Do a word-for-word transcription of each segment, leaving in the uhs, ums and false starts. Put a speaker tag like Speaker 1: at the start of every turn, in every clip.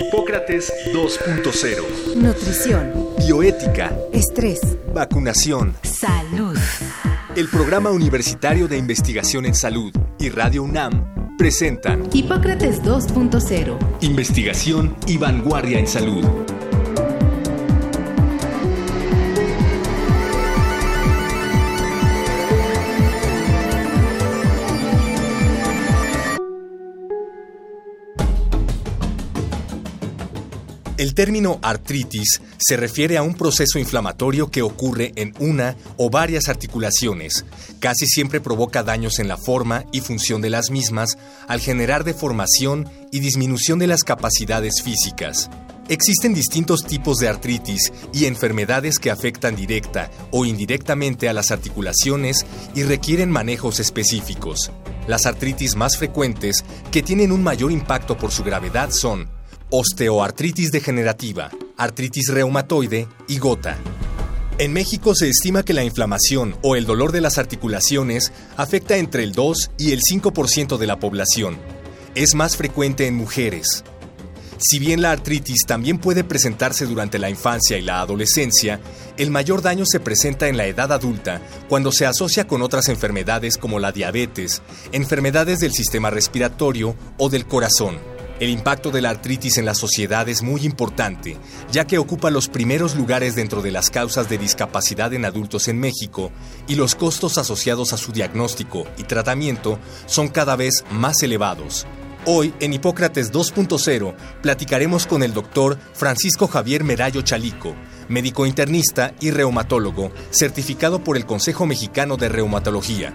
Speaker 1: Hipócrates dos punto cero.
Speaker 2: Nutrición.
Speaker 1: Bioética.
Speaker 2: Estrés.
Speaker 1: Vacunación.
Speaker 2: Salud.
Speaker 1: El Programa Universitario de Investigación en Salud y Radio UNAM presentan
Speaker 2: Hipócrates dos punto cero.
Speaker 1: Investigación y vanguardia en salud. El término artritis se refiere a un proceso inflamatorio que ocurre en una o varias articulaciones. Casi siempre provoca daños en la forma y función de las mismas al generar deformación y disminución de las capacidades físicas. Existen distintos tipos de artritis y enfermedades que afectan directa o indirectamente a las articulaciones y requieren manejos específicos. Las artritis más frecuentes, que tienen un mayor impacto por su gravedad, son osteoartritis degenerativa, artritis reumatoide y gota. En México se estima que la inflamación o el dolor de las articulaciones afecta entre el dos y el cinco por ciento de la población. Es más frecuente en mujeres. Si bien la artritis también puede presentarse durante la infancia y la adolescencia, el mayor daño se presenta en la edad adulta cuando se asocia con otras enfermedades como la diabetes, enfermedades del sistema respiratorio o del corazón. El impacto de la artritis en la sociedad es muy importante, ya que ocupa los primeros lugares dentro de las causas de discapacidad en adultos en México y los costos asociados a su diagnóstico y tratamiento son cada vez más elevados. Hoy, en Hipócrates dos punto cero, platicaremos con el doctor Francisco Javier Merayo Chalico, médico internista y reumatólogo, certificado por el Consejo Mexicano de Reumatología.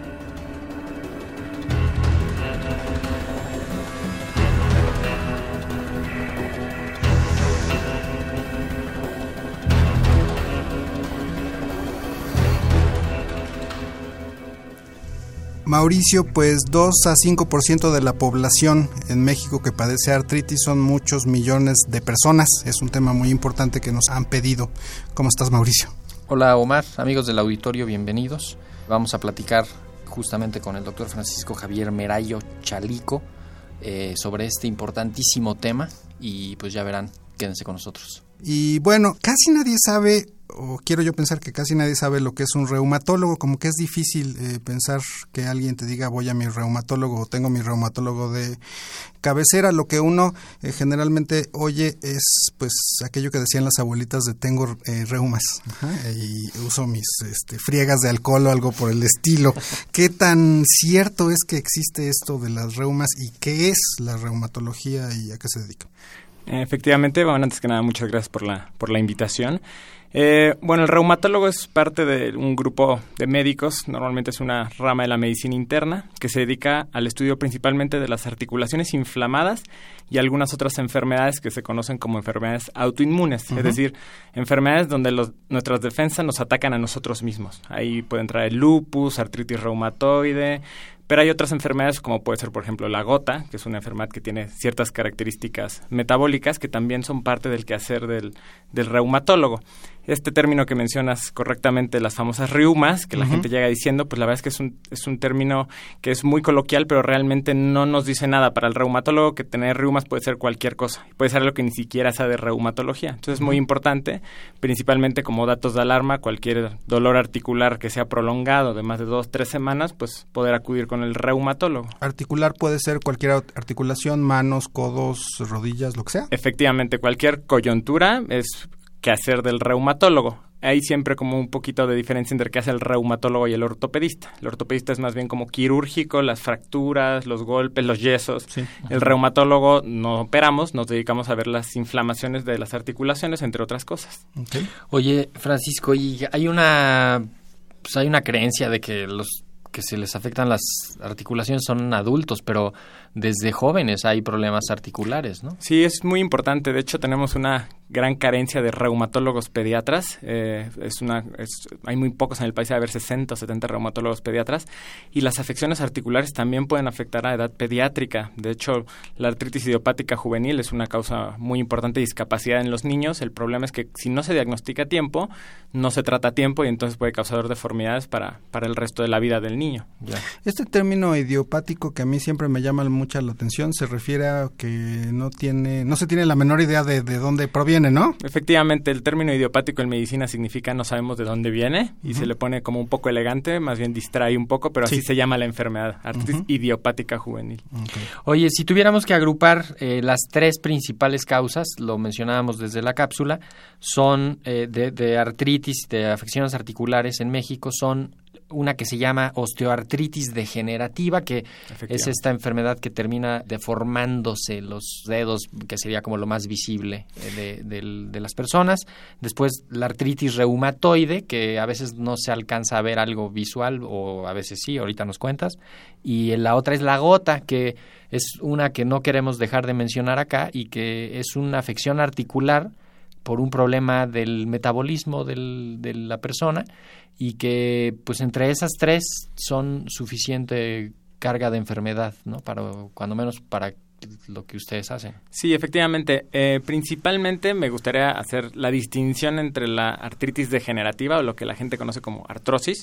Speaker 3: Mauricio, pues dos a cinco por ciento de la población en México que padece artritis son muchos millones de personas. Es un tema muy importante que nos han pedido. ¿Cómo estás, Mauricio?
Speaker 4: Hola, Omar, amigos del auditorio, bienvenidos. Vamos a platicar justamente con el doctor Francisco Javier Merayo Chalico eh, sobre este importantísimo tema y pues ya verán, quédense con nosotros.
Speaker 3: Y bueno, casi nadie sabe, o quiero yo pensar que casi nadie sabe lo que es un reumatólogo, como que es difícil eh, pensar que alguien te diga voy a mi reumatólogo o tengo mi reumatólogo de cabecera. Lo que uno eh, generalmente oye es pues aquello que decían las abuelitas de tengo eh, reumas. Ajá, y uso mis este, friegas de alcohol o algo por el estilo. ¿Qué tan cierto es que existe esto de las reumas y qué es la reumatología y a qué se dedica?
Speaker 5: Efectivamente, bueno, antes que nada, muchas gracias por la por la invitación. Eh, bueno, el reumatólogo es parte de un grupo de médicos, normalmente es una rama de la medicina interna, que se dedica al estudio principalmente de las articulaciones inflamadas y algunas otras enfermedades que se conocen como enfermedades autoinmunes, uh-huh. Es decir, enfermedades donde los, nuestras defensas nos atacan a nosotros mismos. Ahí puede entrar el lupus, artritis reumatoide, pero hay otras enfermedades como puede ser, por ejemplo, la gota, que es una enfermedad que tiene ciertas características metabólicas que también son parte del quehacer del, del reumatólogo. Este término que mencionas correctamente, las famosas riumas, que la uh-huh. gente llega diciendo, pues la verdad es que es un, es un término que es muy coloquial, pero realmente no nos dice nada. Para el reumatólogo, que tener riumas puede ser cualquier cosa. Puede ser algo que ni siquiera sea de reumatología. Entonces es muy importante, principalmente como datos de alarma, cualquier dolor articular que sea prolongado de más de dos, tres semanas, pues poder acudir con el reumatólogo.
Speaker 3: Articular puede ser cualquier articulación, manos, codos, rodillas, lo que sea.
Speaker 5: Efectivamente, cualquier coyuntura es quehacer del reumatólogo. Hay siempre como un poquito de diferencia entre qué hace el reumatólogo y el ortopedista. El ortopedista es más bien como quirúrgico, las fracturas, los golpes, los yesos. Sí. El reumatólogo no operamos, nos dedicamos a ver las inflamaciones de las articulaciones, entre otras cosas.
Speaker 4: Okay. Oye, Francisco, y hay una, pues hay una creencia de que los que se les afectan las articulaciones son adultos, pero desde jóvenes hay problemas articulares, ¿no?
Speaker 5: Sí, es muy importante. De hecho, tenemos una gran carencia de reumatólogos pediatras. Eh, es una, es, hay muy pocos en el país, a haber sesenta o setenta reumatólogos pediatras. Y las afecciones articulares también pueden afectar a edad pediátrica. De hecho, la artritis idiopática juvenil es una causa muy importante de discapacidad en los niños. El problema es que si no se diagnostica a tiempo, no se trata a tiempo y entonces puede causar deformidades para, para el resto de la vida del niño.
Speaker 3: Ya. Este término idiopático que a mí siempre me llama mucho mucha la atención. Se refiere a que no tiene, no se tiene la menor idea de, de dónde proviene, ¿no?
Speaker 5: Efectivamente, el término idiopático en medicina significa no sabemos de dónde viene y
Speaker 3: uh-huh.
Speaker 5: se le pone como un poco elegante, más bien distrae un poco, pero así
Speaker 3: sí.
Speaker 5: se llama la enfermedad, artritis uh-huh. idiopática juvenil.
Speaker 3: Okay.
Speaker 4: Oye, si tuviéramos que agrupar eh, las tres principales causas, lo mencionábamos desde la cápsula, son eh, de, de artritis, de afecciones articulares en México, son una que se llama osteoartritis degenerativa, que es esta enfermedad que termina deformándose los dedos, que sería como lo más visible de, de, de las personas. Después la artritis reumatoide, que a veces no se alcanza a ver algo visual, o a veces sí, ahorita nos cuentas. Y la otra es la gota, que es una que no queremos dejar de mencionar acá y que es una afección articular por un problema del metabolismo del, de la persona, y que pues entre esas tres son suficiente carga de enfermedad, ¿no? Para, cuando menos para lo que ustedes hacen.
Speaker 5: Sí, efectivamente. Eh, principalmente me gustaría hacer la distinción entre la artritis degenerativa, o lo que la gente conoce como artrosis,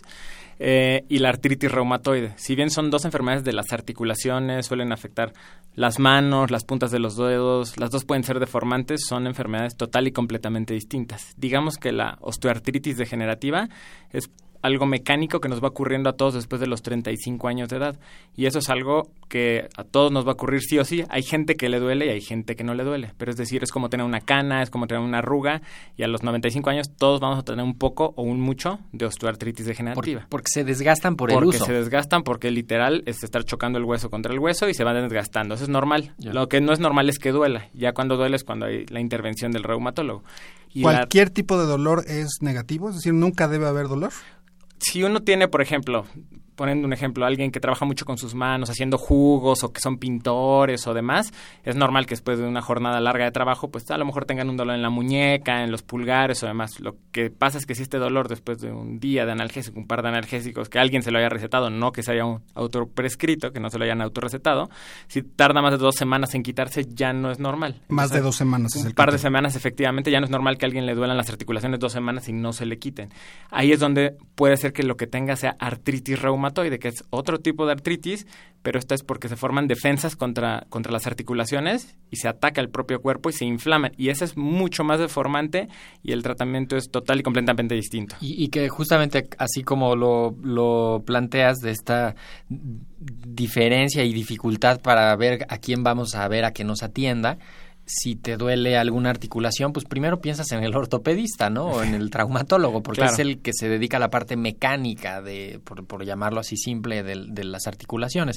Speaker 5: eh, y la artritis reumatoide. Si bien son dos enfermedades de las articulaciones, suelen afectar las manos, las puntas de los dedos, las dos pueden ser deformantes, son enfermedades total y completamente distintas. Digamos que la osteoartritis degenerativa es algo mecánico que nos va ocurriendo a todos después de los treinta y cinco años de edad. Y eso es algo que a todos nos va a ocurrir sí o sí. Hay gente que le duele y hay gente que no le duele. Pero es decir, es como tener una cana, es como tener una arruga. Y a los noventa y cinco años todos vamos a tener un poco o un mucho de osteoartritis degenerativa.
Speaker 4: Por, porque se desgastan por
Speaker 5: porque
Speaker 4: el uso.
Speaker 5: Porque se desgastan, porque literal es estar chocando el hueso contra el hueso y se van desgastando. Eso es normal.
Speaker 4: Ya.
Speaker 5: Lo que no es normal es que duela. Ya cuando duele es cuando hay la intervención del reumatólogo. Y
Speaker 3: ¿Cualquier
Speaker 5: la...
Speaker 3: tipo de dolor es negativo? Es decir, ¿nunca debe haber dolor?
Speaker 5: Si uno tiene, por ejemplo, poniendo un ejemplo, alguien que trabaja mucho con sus manos, haciendo jugos, o que son pintores o demás, es normal que después de una jornada larga de trabajo, pues a lo mejor tengan un dolor en la muñeca, en los pulgares o demás. Lo que pasa es que si este dolor después de un día de analgésico, un par de analgésicos, que alguien se lo haya recetado, no que se haya un autoprescrito, que no se lo hayan autorrecetado, si tarda más de dos semanas en quitarse, ya no es normal.
Speaker 3: Más
Speaker 5: Entonces,
Speaker 3: de dos semanas.
Speaker 5: Un
Speaker 3: es el
Speaker 5: par
Speaker 3: quito.
Speaker 5: de semanas, efectivamente, ya no es normal que a alguien le duelan las articulaciones dos semanas y no se le quiten. Ahí es donde puede ser que lo que tenga sea artritis reumatoide, que es otro tipo de artritis, pero esta es porque se forman defensas contra, contra las articulaciones y se ataca el propio cuerpo y se inflaman. Y ese es mucho más deformante y el tratamiento es total y completamente distinto.
Speaker 4: Y, y que justamente así como lo, lo planteas, de esta diferencia y dificultad para ver a quién vamos a ver a que nos atienda, si te duele alguna articulación, pues primero piensas en el ortopedista, ¿no? O en el traumatólogo, porque
Speaker 5: Claro.
Speaker 4: es el que se dedica a la parte mecánica, de, por, por llamarlo así simple, de, de las articulaciones.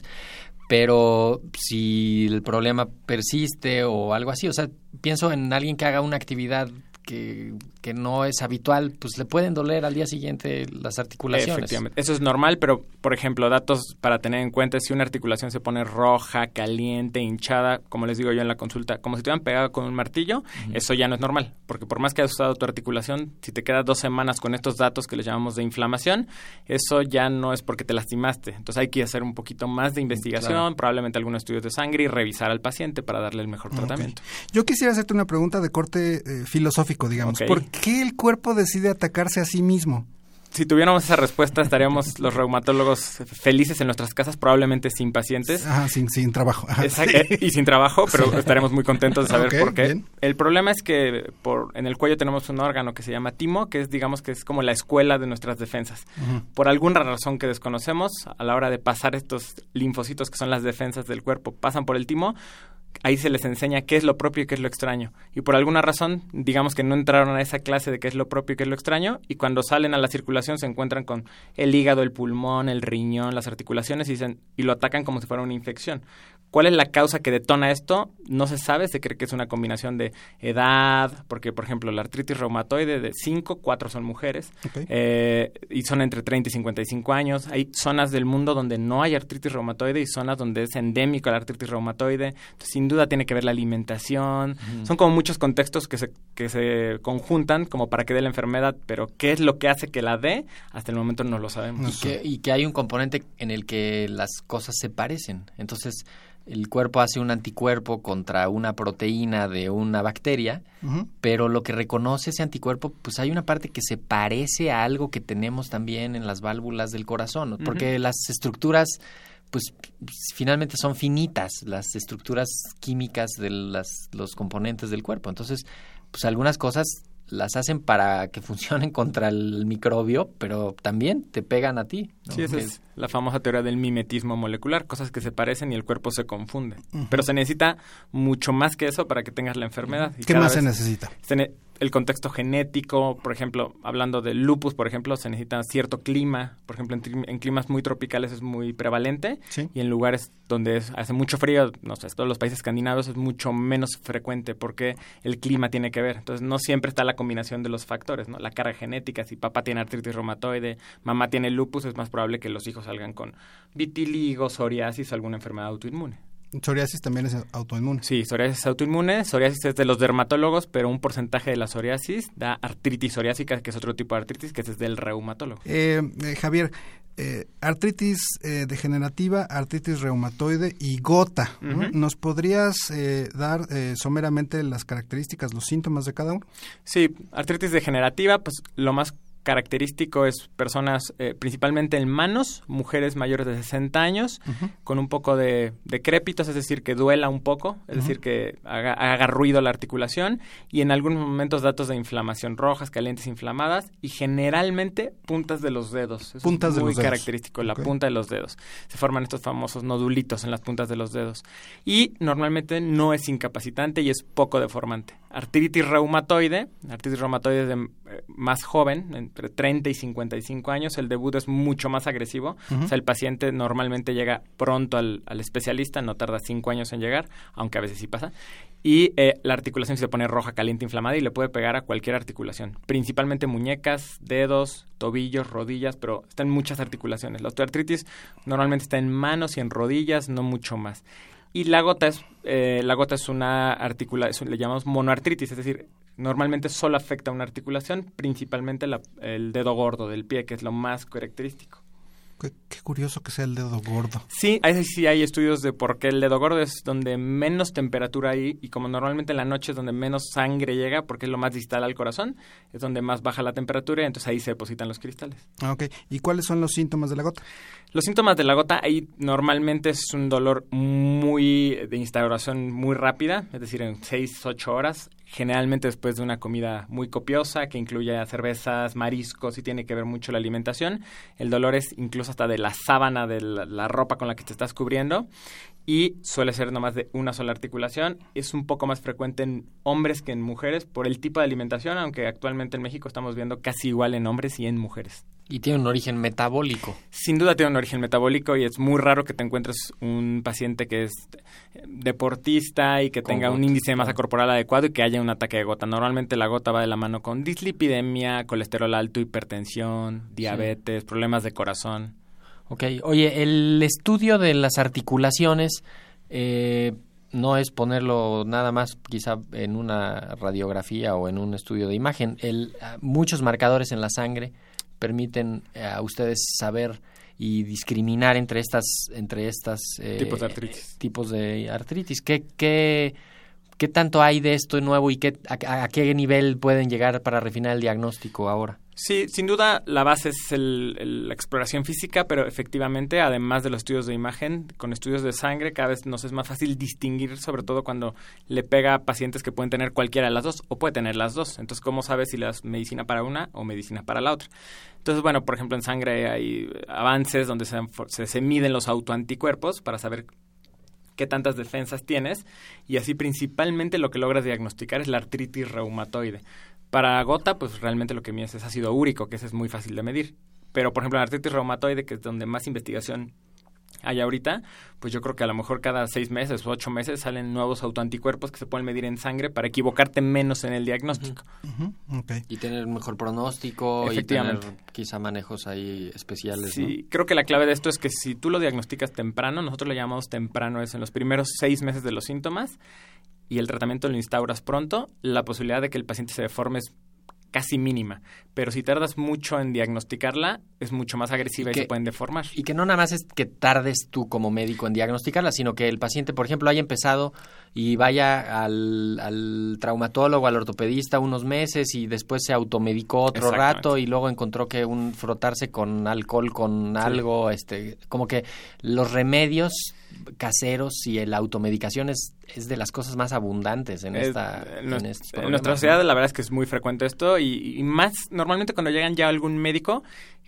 Speaker 4: Pero si el problema persiste o algo así, o sea, pienso en alguien que haga una actividad que, que no es habitual, pues le pueden doler al día siguiente las articulaciones.
Speaker 5: Efectivamente, eso es normal, pero por ejemplo, datos para tener en cuenta: si una articulación se pone roja, caliente, hinchada, como les digo yo en la consulta, como si te hubieran pegado con un martillo, uh-huh. eso ya no es normal, porque por más que hayas usado tu articulación, si te quedas dos semanas con estos datos que les llamamos de inflamación, eso ya no es porque te lastimaste. Entonces hay que hacer un poquito más de investigación, claro. probablemente algunos estudios de sangre y revisar al paciente para darle el mejor okay. tratamiento.
Speaker 3: Yo quisiera hacerte una pregunta de corte eh, filosófico, digamos.
Speaker 5: Okay.
Speaker 3: ¿Por qué el cuerpo decide atacarse a sí mismo?
Speaker 5: Si tuviéramos esa respuesta, estaríamos los reumatólogos felices en nuestras casas, probablemente sin pacientes.
Speaker 3: Ajá, sin, sin trabajo. Ajá.
Speaker 5: Exacto, y sin trabajo, pero sí. estaremos muy contentos de saber
Speaker 3: okay,
Speaker 5: por qué.
Speaker 3: Bien.
Speaker 5: El problema es que por en el cuello tenemos un órgano que se llama timo, que es, digamos, que es como la escuela de nuestras defensas. Uh-huh. Por alguna razón que desconocemos, a la hora de pasar estos linfocitos, que son las defensas del cuerpo, pasan por el timo. Ahí se les enseña qué es lo propio y qué es lo extraño. Y por alguna razón, digamos que no entraron a esa clase de qué es lo propio y qué es lo extraño, y cuando salen a la circulación se encuentran con el hígado, el pulmón, el riñón, las articulaciones, y, dicen, y lo atacan como si fuera una infección. ¿Cuál es la causa que detona esto? No se sabe, se cree que es una combinación de edad, porque, por ejemplo, la artritis reumatoide de cinco, cuatro son mujeres, okay. eh, y son entre treinta y cincuenta y cinco años. Hay zonas del mundo donde no hay artritis reumatoide y zonas donde es endémico la artritis reumatoide. Entonces, sin duda tiene que ver la alimentación. Uh-huh. Son como muchos contextos que se, que se conjuntan como para que dé la enfermedad, pero ¿qué es lo que hace que la dé? Hasta el momento no lo sabemos.
Speaker 4: Y que, y que hay un componente en el que las cosas se parecen. Entonces, el cuerpo hace un anticuerpo contra una proteína de una bacteria, uh-huh. pero lo que reconoce ese anticuerpo, pues hay una parte que se parece a algo que tenemos también en las válvulas del corazón, ¿no? Porque uh-huh. las estructuras pues finalmente son finitas las estructuras químicas de las, los componentes del cuerpo. Entonces, pues algunas cosas las hacen para que funcionen contra el microbio, pero también te pegan a ti, ¿no?
Speaker 5: Sí, esa
Speaker 4: que...
Speaker 5: es la famosa teoría del mimetismo molecular, cosas que se parecen y el cuerpo se confunde. Uh-huh. Pero se necesita mucho más que eso para que tengas la enfermedad. Y
Speaker 3: ¿qué más se necesita?
Speaker 5: Se ne- el contexto genético, por ejemplo, hablando del lupus, por ejemplo, se necesita cierto clima. Por ejemplo, en, tri- en climas muy tropicales es muy prevalente, ¿sí? Y en lugares donde es, hace mucho frío, no sé, todos los países escandinavos es mucho menos frecuente porque el clima tiene que ver. Entonces, no siempre está la combinación de los factores, ¿no? La carga genética, si papá tiene artritis reumatoide, mamá tiene lupus, es más probable que los hijos salgan con vitiligo, psoriasis o alguna enfermedad autoinmune.
Speaker 3: ¿Psoriasis también es autoinmune?
Speaker 5: Sí, psoriasis es autoinmune. Psoriasis es de los dermatólogos, pero un porcentaje de la psoriasis da artritis psoriásica, que es otro tipo de artritis, que es del reumatólogo.
Speaker 3: Eh, eh, Javier, eh, artritis eh, degenerativa, artritis reumatoide y gota. ¿No? Uh-huh. ¿Nos podrías eh, dar eh, someramente las características, los síntomas de cada uno?
Speaker 5: Sí, artritis degenerativa, pues lo más característico es personas eh, principalmente en manos, mujeres mayores de sesenta años, uh-huh. con un poco de decrépitos, es decir, que duela un poco, es uh-huh. decir, que haga, haga ruido la articulación, y en algunos momentos datos de inflamación, rojas, calientes, inflamadas, y generalmente puntas de los dedos. Eso
Speaker 3: puntas
Speaker 5: es muy
Speaker 3: de los dedos.
Speaker 5: característico, la
Speaker 3: Okay.
Speaker 5: punta de los dedos. Se forman estos famosos nodulitos en las puntas de los dedos. Y normalmente no es incapacitante y es poco deformante. Artritis reumatoide, artritis reumatoide de eh, más joven, entre treinta y cincuenta y cinco años, el debut es mucho más agresivo. Uh-huh. O sea, el paciente normalmente llega pronto al, al especialista, no tarda cinco años en llegar, aunque a veces sí pasa. Y eh, la articulación se pone roja, caliente, inflamada y le puede pegar a cualquier articulación. Principalmente muñecas, dedos, tobillos, rodillas, pero está en muchas articulaciones. La osteoartritis normalmente está en manos y en rodillas, no mucho más. Y la gota es, eh, la gota es una articulación, le llamamos monoartritis, es decir, normalmente solo afecta a una articulación, principalmente la, el dedo gordo del pie, que es lo más característico.
Speaker 3: Qué, qué curioso que sea el dedo gordo.
Speaker 5: Sí, ahí sí hay estudios de por qué el dedo gordo es donde menos temperatura hay y como normalmente en la noche es donde menos sangre llega porque es lo más distal al corazón, es donde más baja la temperatura y entonces ahí se depositan los cristales.
Speaker 3: Ok, ¿y cuáles son los síntomas de la gota?
Speaker 5: Los síntomas de la gota ahí normalmente es un dolor muy de instauración muy rápida, es decir, en seis, ocho horas, generalmente después de una comida muy copiosa que incluye cervezas, mariscos y tiene que ver mucho la alimentación. El dolor es incluso hasta de la sábana de la, la ropa con la que te estás cubriendo y suele ser nomás de una sola articulación. Es un poco más frecuente en hombres que en mujeres por el tipo de alimentación, aunque actualmente en México estamos viendo casi igual en hombres y en mujeres.
Speaker 4: Y tiene un origen metabólico.
Speaker 5: Sin duda tiene un origen metabólico y es muy raro que te encuentres un paciente que es deportista y que con tenga gota, un índice de masa corporal adecuado y que haya un ataque de gota. Normalmente la gota va de la mano con dislipidemia, colesterol alto, hipertensión, diabetes, sí. problemas de corazón.
Speaker 4: Ok. Oye, el estudio de las articulaciones eh, no es ponerlo nada más quizá en una radiografía o en un estudio de imagen. El, muchos marcadores en la sangre permiten a ustedes saber y discriminar entre estas entre estas eh,
Speaker 5: tipos de artritis.
Speaker 4: Tipos de artritis. ¿Qué, qué, qué tanto hay de esto nuevo y qué, a, a qué nivel pueden llegar para refinar el diagnóstico ahora?
Speaker 5: Sí, sin duda la base es el, el, la exploración física, pero efectivamente, además de los estudios de imagen, con estudios de sangre cada vez nos es más fácil distinguir, sobre todo cuando le pega a pacientes que pueden tener cualquiera de las dos o puede tener las dos. Entonces, ¿cómo sabes si es medicina para una o medicina para la otra? Entonces, bueno, por ejemplo, en sangre hay avances donde se, se, se miden los autoanticuerpos para saber qué tantas defensas tienes y así principalmente lo que logras diagnosticar es la artritis reumatoide. Para gota, pues realmente lo que mides es ácido úrico, que ese es muy fácil de medir. Pero, por ejemplo, la artritis reumatoide, que es donde más investigación hay ahorita, pues yo creo que a lo mejor cada seis meses o ocho meses salen nuevos autoanticuerpos que se pueden medir en sangre para equivocarte menos en el diagnóstico.
Speaker 3: Uh-huh. Okay.
Speaker 4: Y tener un mejor pronóstico y tener quizá manejos ahí especiales.
Speaker 5: Sí,
Speaker 4: ¿no?
Speaker 5: Creo que la clave de esto es que si tú lo diagnosticas temprano, nosotros lo llamamos temprano, es en los primeros seis meses de los síntomas, y el tratamiento lo instauras pronto, la posibilidad de que el paciente se deforme es casi mínima. Pero si tardas mucho en diagnosticarla, es mucho más agresiva y, que, y se pueden deformar.
Speaker 4: Y que no nada más es que tardes tú como médico en diagnosticarla, sino que el paciente, por ejemplo, haya empezado y vaya al, al traumatólogo, al ortopedista unos meses y después se automedicó otro rato y luego encontró que un frotarse con alcohol, con sí. algo, este, como que los remedios caseros y la automedicación es, es de las cosas más abundantes en
Speaker 5: es,
Speaker 4: esta
Speaker 5: en,
Speaker 4: en, este
Speaker 5: en nuestra sociedad, la verdad es que es muy frecuente esto y, y más normalmente cuando llegan ya a algún médico,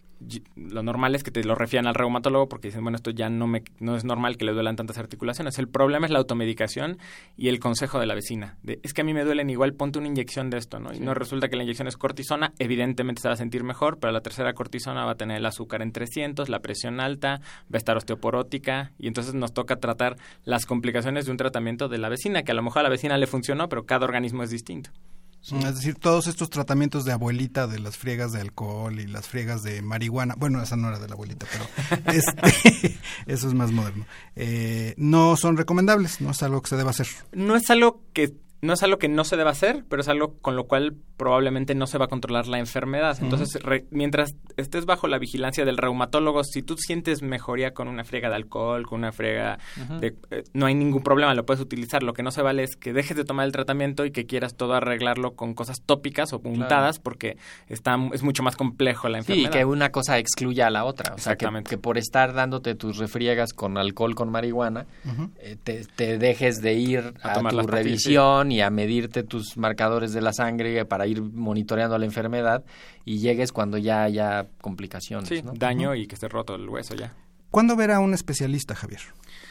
Speaker 5: lo normal es que te lo refieran al reumatólogo porque dicen, bueno, esto ya no me no es normal que le duelan tantas articulaciones. El problema es la automedicación y el consejo de la vecina. De, es que a mí me duelen igual, ponte una inyección de esto, ¿no? Sí. Y no resulta que la inyección es cortisona, evidentemente se va a sentir mejor, pero la tercera cortisona va a tener el azúcar en trescientos, la presión alta, va a estar osteoporótica y entonces nos toca tratar las complicaciones de un tratamiento de la vecina, que a lo mejor a la vecina le funcionó, pero cada organismo es distinto.
Speaker 3: Sí. Es decir, todos estos tratamientos de abuelita, de las friegas de alcohol y las friegas de marihuana, bueno, esa no era de la abuelita, pero este, eso es más moderno, eh, no son recomendables, no es algo que se deba hacer.
Speaker 5: No es algo que no es algo que no se deba hacer, pero es algo con lo cual probablemente no se va a controlar la enfermedad. Entonces, uh-huh. re, mientras estés bajo la vigilancia del reumatólogo, si tú sientes mejoría con una friega de alcohol, con una friega uh-huh. de... Eh, no hay ningún problema, lo puedes utilizar. Lo que no se vale es que dejes de tomar el tratamiento y que quieras todo arreglarlo con cosas tópicas o puntadas, claro. porque está es mucho más complejo la enfermedad.
Speaker 4: Sí, que una cosa excluya a la otra. O sea, que, que por estar dándote tus refriegas con alcohol, con marihuana, uh-huh. eh, te, te dejes de ir a, a tu revisión y a medirte tus marcadores de la sangre para ir monitoreando la enfermedad y llegues cuando ya haya complicaciones.
Speaker 5: Sí,
Speaker 4: ¿no?
Speaker 5: daño uh-huh. y que esté roto el hueso ya.
Speaker 3: ¿Cuándo ver a un especialista, Javier?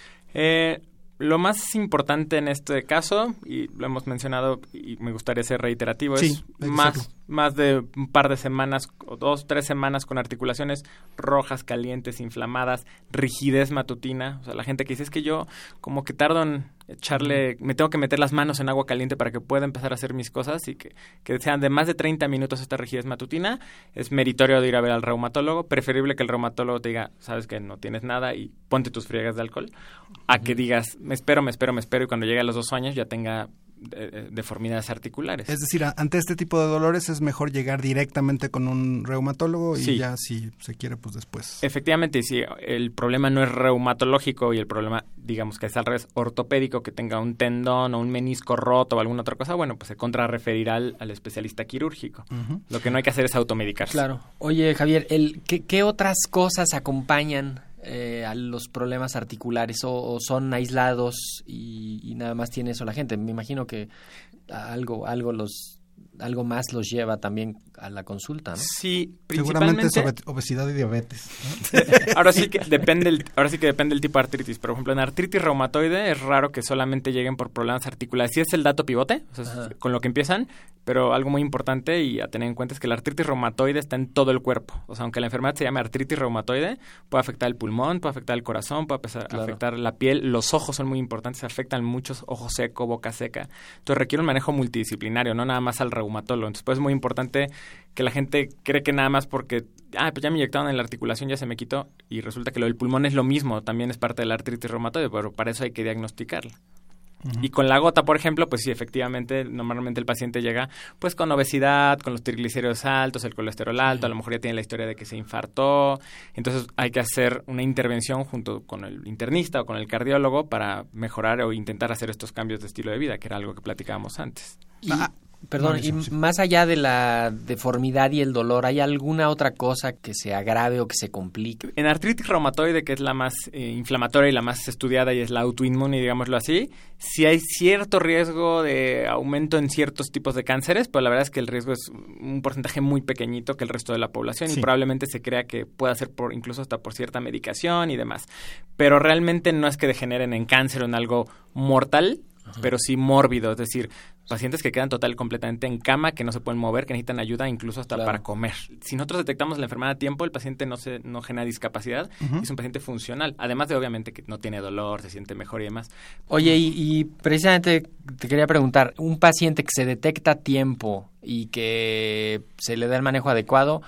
Speaker 5: Eh, lo más importante en este caso, y lo hemos mencionado y me gustaría ser reiterativo,
Speaker 3: sí,
Speaker 5: es más, más de un par de semanas o dos, tres semanas con articulaciones rojas, calientes, inflamadas, rigidez matutina. O sea, la gente que dice, es que yo como que tardo en echarle, me tengo que meter las manos en agua caliente para que pueda empezar a hacer mis cosas y que, que sean de más de treinta minutos esta rigidez matutina, es meritorio de ir a ver al reumatólogo, preferible que el reumatólogo te diga, sabes que no tienes nada y ponte tus friegas de alcohol, a uh-huh. que digas, me espero, me espero, me espero y cuando llegue a los dos años ya tenga de, deformidades articulares.
Speaker 3: Es decir, ante este tipo de dolores es mejor llegar directamente con un reumatólogo y sí. ya si se quiere pues después.
Speaker 5: Efectivamente, si el problema no es reumatológico y el problema digamos que es al revés ortopédico, que tenga un tendón o un menisco roto o alguna otra cosa, bueno, pues se contrarreferirá al, al especialista quirúrgico. Uh-huh. Lo que no hay que hacer es automedicarse.
Speaker 4: Claro. Oye, Javier, el, ¿qué, qué otras cosas acompañan Eh, a los problemas articulares o, o son aislados y, y nada más tiene eso la gente? Me imagino que algo algo los algo más los lleva también a la consulta, ¿no?
Speaker 5: Sí,
Speaker 3: principalmente seguramente es obesidad y diabetes, ¿no?
Speaker 5: ahora sí que depende el, ahora sí que depende el tipo de artritis. Por ejemplo, en artritis reumatoide es raro que solamente lleguen por problemas articulares. Sí es el dato pivote, o sea, es con lo que empiezan, pero algo muy importante y a tener en cuenta es que la artritis reumatoide está en todo el cuerpo. O sea, aunque la enfermedad se llame artritis reumatoide, puede afectar el pulmón, puede afectar el corazón, puede afectar, claro. afectar la piel. Los ojos son muy importantes, afectan muchos, ojos seco, boca seca. Entonces requiere un manejo multidisciplinario, no nada más al reumatólogo. Entonces pues es muy importante que la gente cree que nada más porque ah, pues ya me inyectaron en la articulación, ya se me quitó, y resulta que lo del pulmón es lo mismo, también es parte de la artritis reumatoide, pero para eso hay que diagnosticarla. Uh-huh. Y con la gota, por ejemplo, pues sí, efectivamente, normalmente el paciente llega pues con obesidad, con los triglicéridos altos, el colesterol alto, uh-huh. a lo mejor ya tiene la historia de que se infartó, entonces hay que hacer una intervención junto con el internista o con el cardiólogo para mejorar o intentar hacer estos cambios de estilo de vida, que era algo que platicábamos antes.
Speaker 4: Y, ah. Perdón, no, y sí. más allá de la deformidad y el dolor, ¿hay alguna otra cosa que se agrave o que se complique?
Speaker 5: En artritis reumatoide, que es la más eh, inflamatoria y la más estudiada y es la autoinmune, digámoslo así, sí hay cierto riesgo de aumento en ciertos tipos de cánceres, pero la verdad es que el riesgo es un porcentaje muy pequeñito que el resto de la población sí. y probablemente se crea que pueda ser por incluso hasta por cierta medicación y demás. Pero realmente no es que degeneren en cáncer o en algo mortal, Ajá. pero sí mórbido, es decir, pacientes que quedan total completamente en cama, que no se pueden mover, que necesitan ayuda incluso hasta claro. para comer. Si nosotros detectamos la enfermedad a tiempo, el paciente no se no genera discapacidad, uh-huh. es un paciente funcional, además de obviamente que no tiene dolor, se siente mejor y demás.
Speaker 4: Oye, y, y precisamente te quería preguntar, un paciente que se detecta a tiempo y que se le da el manejo adecuado,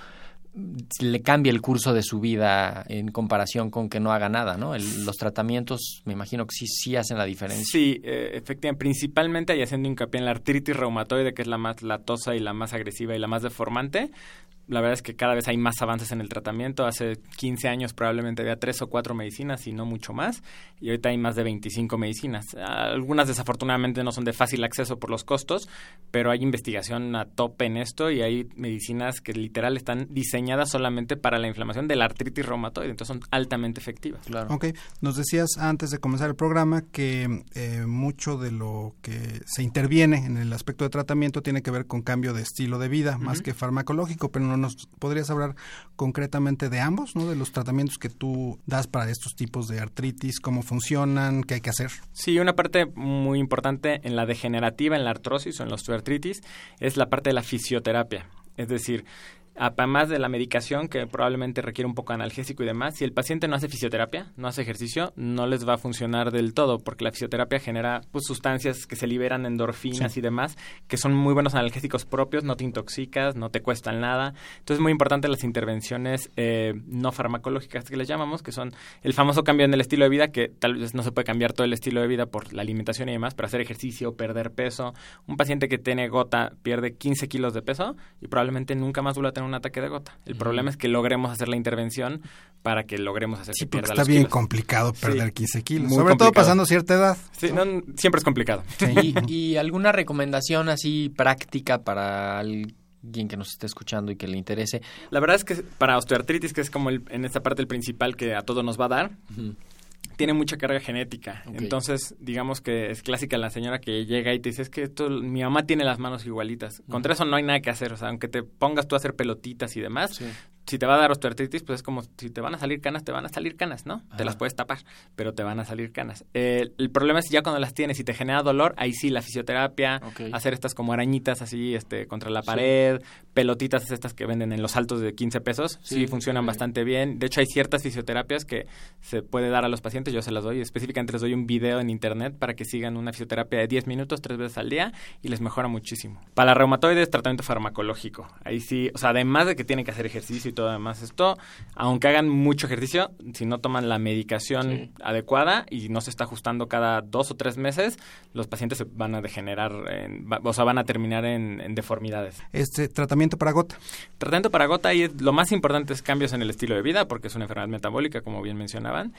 Speaker 4: le cambia el curso de su vida en comparación con que no haga nada, ¿no? El, los tratamientos, me imagino que sí, sí hacen la diferencia.
Speaker 5: Sí, eh, efectivamente, principalmente y haciendo hincapié en la artritis reumatoide, que es la más latosa y la más agresiva y la más deformante. La verdad es que cada vez hay más avances en el tratamiento. Hace quince años probablemente había tres o cuatro medicinas y no mucho más. Y ahorita hay más de veinticinco medicinas. Algunas desafortunadamente no son de fácil acceso por los costos, pero hay investigación a tope en esto y hay medicinas que literal están diseñadas solamente para la inflamación de la artritis reumatoide. Entonces son altamente efectivas.
Speaker 4: Claro.
Speaker 3: Ok, nos decías antes de comenzar el programa que eh, mucho de lo que se interviene en el aspecto de tratamiento tiene que ver con cambio de estilo de vida, uh-huh. más que farmacológico, pero no nos podrías hablar concretamente de ambos, ¿no? De los tratamientos que tú das para estos tipos de artritis, cómo funcionan, qué hay que hacer.
Speaker 5: Sí, una parte muy importante en la degenerativa, en la artrosis o en la osteoartritis, es la parte de la fisioterapia. Es decir, además de la medicación, que probablemente requiere un poco de analgésico y demás, si el paciente no hace fisioterapia, no hace ejercicio, no les va a funcionar del todo, porque la fisioterapia genera pues, sustancias que se liberan, endorfinas sí. y demás, que son muy buenos analgésicos propios, no te intoxicas, no te cuestan nada. Entonces es muy importante las intervenciones eh, no farmacológicas que les llamamos, que son el famoso cambio en el estilo de vida, que tal vez no se puede cambiar todo el estilo de vida por la alimentación y demás, pero hacer ejercicio, perder peso. Un paciente que tiene gota pierde quince kilos de peso y probablemente nunca más vuelva a tener un ataque de gota. El uh-huh. problema es que logremos hacer la intervención para que logremos hacer
Speaker 3: sí,
Speaker 5: que pierda
Speaker 3: los
Speaker 5: kilos.
Speaker 3: Está bien complicado perder sí, quince kilos, sobre
Speaker 5: complicado.
Speaker 3: todo pasando cierta edad.
Speaker 5: Sí, ¿no? No, siempre es complicado.
Speaker 4: Sí. ¿Y, ¿Y alguna recomendación así práctica para alguien que nos esté escuchando y que le interese?
Speaker 5: La verdad es que para osteoartritis, que es como el, en esta parte el principal que a todos nos va a dar, uh-huh. tiene mucha carga genética. Okay. Entonces, digamos que es clásica la señora que llega y te dice, es que esto, mi mamá tiene las manos igualitas. Uh-huh. Contra eso no hay nada que hacer. O sea, aunque te pongas tú a hacer pelotitas y demás, sí. si te va a dar osteoartritis, pues es como si te van a salir canas, te van a salir canas, ¿no? Ajá. Te las puedes tapar, pero te van a salir canas. Eh, el problema es ya cuando las tienes y te genera dolor, ahí sí la fisioterapia, okay. hacer estas como arañitas así este contra la pared, sí. pelotitas estas que venden en los altos de quince pesos, sí, sí funcionan sí. bastante bien. De hecho, hay ciertas fisioterapias que se puede dar a los pacientes, yo se las doy, específicamente les doy un video en internet para que sigan una fisioterapia de diez minutos, tres veces al día y les mejora muchísimo. Para la reumatoide es tratamiento farmacológico. Ahí sí, o sea, además de que tienen que hacer ejercicio y todo demás esto, aunque hagan mucho ejercicio, si no toman la medicación sí. adecuada y no se está ajustando cada dos o tres meses, los pacientes se van a degenerar, en, o sea, van a terminar en, en deformidades.
Speaker 3: Este tratamiento para gota.
Speaker 5: Tratamiento para gota, y lo más importante es cambios en el estilo de vida, porque es una enfermedad metabólica, como bien mencionaban,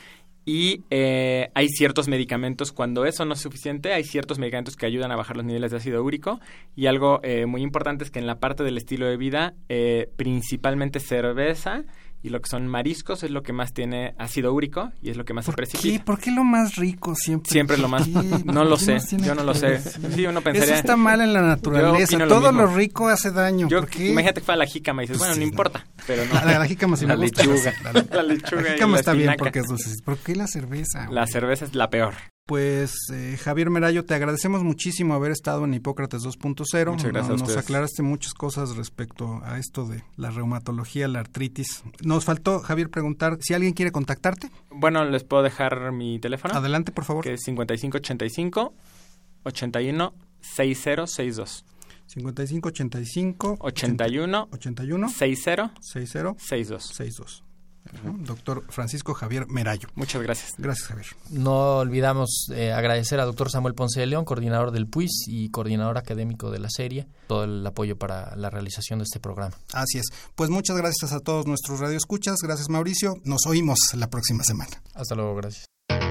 Speaker 5: y eh, hay ciertos medicamentos, cuando eso no es suficiente, hay ciertos medicamentos que ayudan a bajar los niveles de ácido úrico, y algo eh, muy importante es que en la parte del estilo de vida, eh, principalmente cerveza y lo que son mariscos es lo que más tiene ácido úrico y es lo que más se precipita.
Speaker 3: ¿Qué? ¿Por qué lo más rico siempre?
Speaker 5: Siempre lo más... No lo sé, yo no lo sé. Sí, uno pensaría...
Speaker 3: Eso está mal en la naturaleza, todo lo, lo rico hace daño.
Speaker 5: Yo,
Speaker 3: ¿Por qué?
Speaker 5: Imagínate que fue a la jícama y dices, pues bueno, sí, no importa, pero no.
Speaker 3: La, la jícama sí
Speaker 5: la
Speaker 3: me gusta.
Speaker 5: Lechuga.
Speaker 3: La,
Speaker 5: la lechuga.
Speaker 3: La jícama está bien porque es dulce. ¿Por qué la cerveza?
Speaker 5: La cerveza es la peor.
Speaker 3: Pues eh, Javier Merayo, te agradecemos muchísimo haber estado en Hipócrates dos punto cero.
Speaker 5: Muchas gracias.
Speaker 3: Nos, nos aclaraste muchas cosas respecto a esto de la reumatología, la artritis. Nos faltó, Javier, preguntar si alguien quiere contactarte.
Speaker 5: Bueno, les puedo dejar mi teléfono.
Speaker 3: Adelante, por favor.
Speaker 5: Que es cincuenta y cinco ochenta y cinco ochenta y uno sesenta sesenta y dos.
Speaker 3: cincuenta y cinco ochenta y cinco
Speaker 5: ochenta y uno
Speaker 3: ochenta y uno
Speaker 5: sesenta
Speaker 3: sesenta
Speaker 5: sesenta y dos.
Speaker 3: sesenta y dos. Uh-huh. Doctor Francisco Javier Merayo.
Speaker 5: Muchas gracias.
Speaker 3: Gracias, Javier.
Speaker 4: No olvidamos eh, agradecer al doctor Samuel Ponce de León, coordinador del P U I S y coordinador académico de la serie, todo el apoyo para la realización de este programa.
Speaker 3: Así es. Pues muchas gracias a todos nuestros radioescuchas. Gracias, Mauricio. Nos oímos la próxima semana.
Speaker 4: Hasta luego, gracias.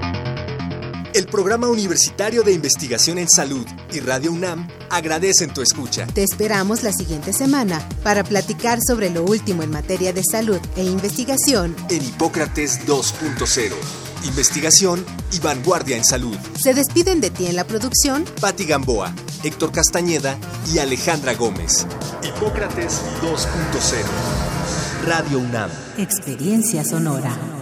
Speaker 1: El Programa Universitario de Investigación en Salud y Radio UNAM agradecen tu escucha.
Speaker 2: Te esperamos la siguiente semana para platicar sobre lo último en materia de salud e investigación
Speaker 1: en Hipócrates dos punto cero. Investigación y vanguardia en salud.
Speaker 2: Se despiden de ti en la producción
Speaker 1: Patti Gamboa, Héctor Castañeda y Alejandra Gómez. Hipócrates dos punto cero. Radio UNAM.
Speaker 2: Experiencia sonora.